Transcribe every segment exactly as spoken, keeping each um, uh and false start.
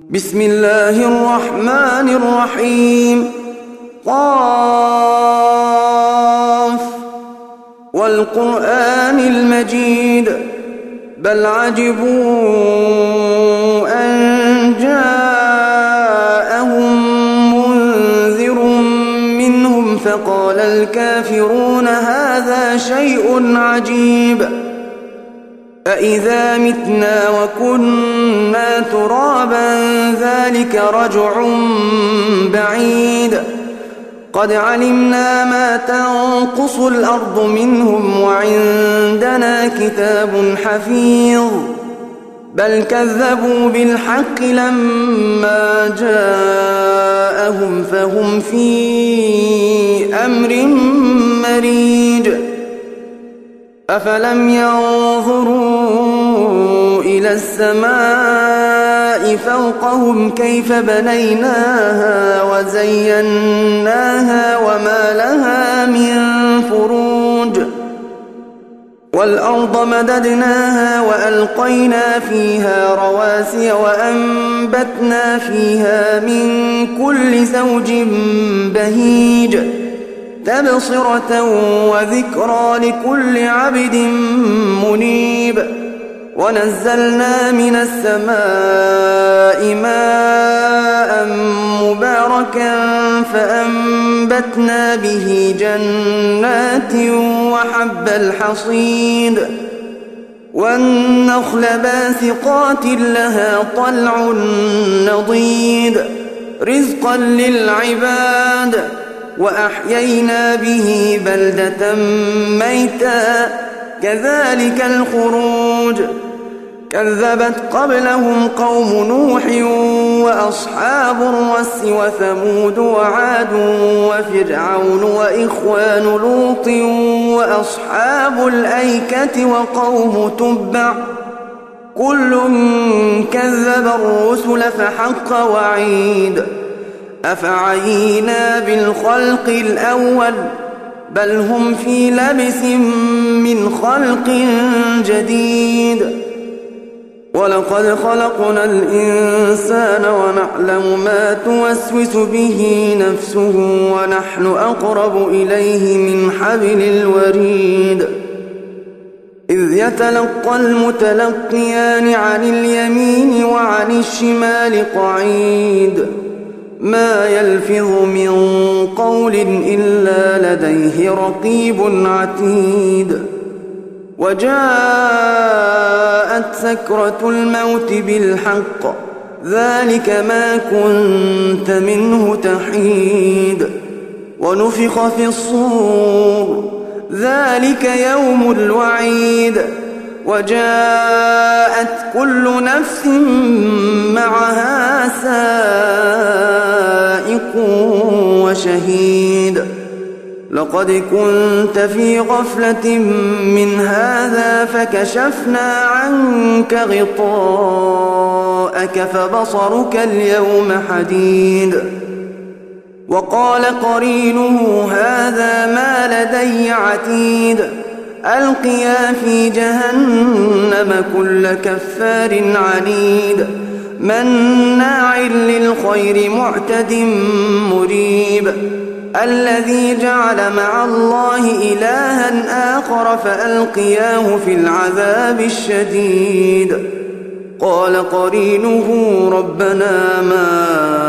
بسم الله الرحمن الرحيم. قاف والقرآن المجيد بل عجبوا أن جاءهم منذر منهم فقال الكافرون هذا شيء عجيب أإذا متنا وكنا ترابا ذلك رجع بعيد قد علمنا ما تنقص الأرض منهم وعندنا كتاب حفيظ بل كذبوا بالحق لما جاءهم فهم في أمر مريج أفلم ينظروا إلى السماء فوقهم كيف بنيناها وزيناها وما لها من فروج والأرض مددناها وألقينا فيها رواسي وأنبتنا فيها من كل زوج بهيج تبصرة وذكرى لكل عبد منيب ونزلنا من السماء ماء مباركا فأنبتنا به جنات وحب الحصيد والنخل باسقات لها طلع نضيد رزقا للعباد وأحيينا به بلدة ميتا كذلك الخروج كذبت قبلهم قوم نوح وأصحاب الرس وثمود وعاد وفرعون وإخوان لوط وأصحاب الأيكة وقوم تبع كل كذب الرسل فحق وعيد أفعينا بالخلق الأول بل هم في لبس من خلق جديد ولقد خلقنا الإنسان ونعلم ما توسوس به نفسه ونحن أقرب إليه من حبل الوريد إذ يتلقى المتلقيان عن اليمين وعن الشمال قعيد ما يلفظ من قول إلا لديه رقيب عتيد وجاءت سكرة الموت بالحق ذلك ما كنت منه تحيد ونفخ في الصور ذلك يوم الوعيد وجاءت كل نفس معها سائق وشهيد لقد كنت في غفلة من هذا فكشفنا عنك غطاءك فبصرك اليوم حديد وقال قرينه هذا ما لدي عتيد ألقيا في جهنم كل كفار عنيد مناع للخير معتد مريب الذي جعل مع الله إلها آخر فألقياه في العذاب الشديد قال قرينه ربنا ما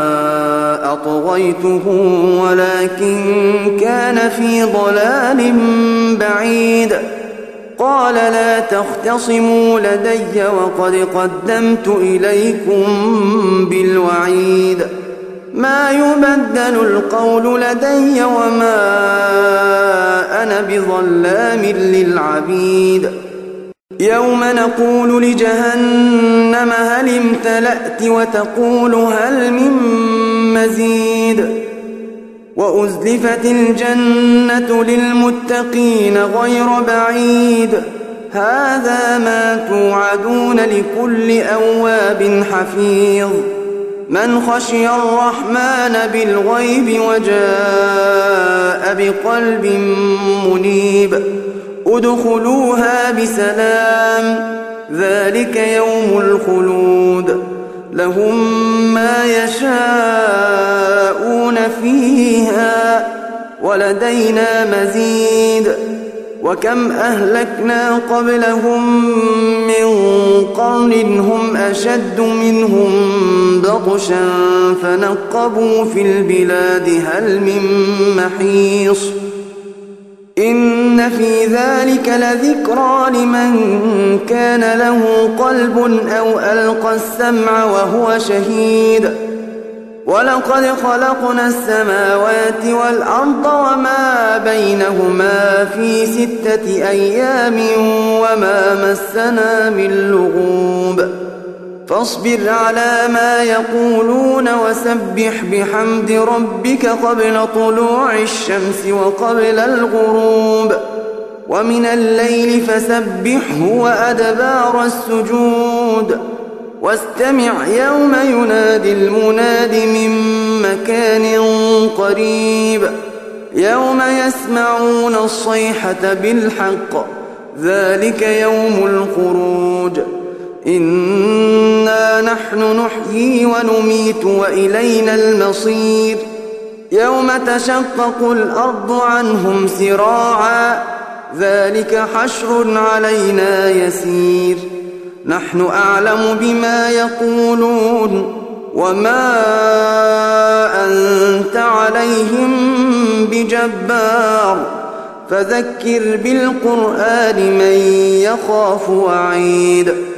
أطغيته ولكن كان في ضلال بعيد قال لا تختصموا لدي وقد قدمت إليكم بالوعيد ما يبدل القول لدي وما أنا بظلام للعبيد يوم نقول لجهنم هل امتلأت وتقول هل من مزيد وأزلفت الجنة للمتقين غير بعيد هذا ما توعدون لكل أواب حفيظ من خشي الرحمن بالغيب وجاء بقلب منيب ادخلوها بسلام ذلك يوم الخلود لهم ما يشاءون فيها ولدينا مزيد وكم أهلكنا قبلهم من قرن هم أشد منهم بطشا فنقبوا في البلاد هل من محيص إن في ذلك لذكرى لمن كان له قلب أو ألقى السمع وهو شهيد ولقد خلقنا السماوات والأرض وما بينهما في ستة أيام وما مسنا من لغوب فاصبر على ما يقولون وسبح بحمد ربك قبل طلوع الشمس وقبل الغروب ومن الليل فسبحه وأدبار السجود واستمع يوم ينادي المناد من مكان قريب يوم يسمعون الصيحة بالحق ذلك يوم الخروج إنا نحن نحيي ونميت وإلينا المصير يوم تشقق الأرض عنهم سراعا ذلك حشر علينا يسير نحن أعلم بما يقولون وما أنت عليهم بجبار فذكر بالقرآن من يخاف وعيد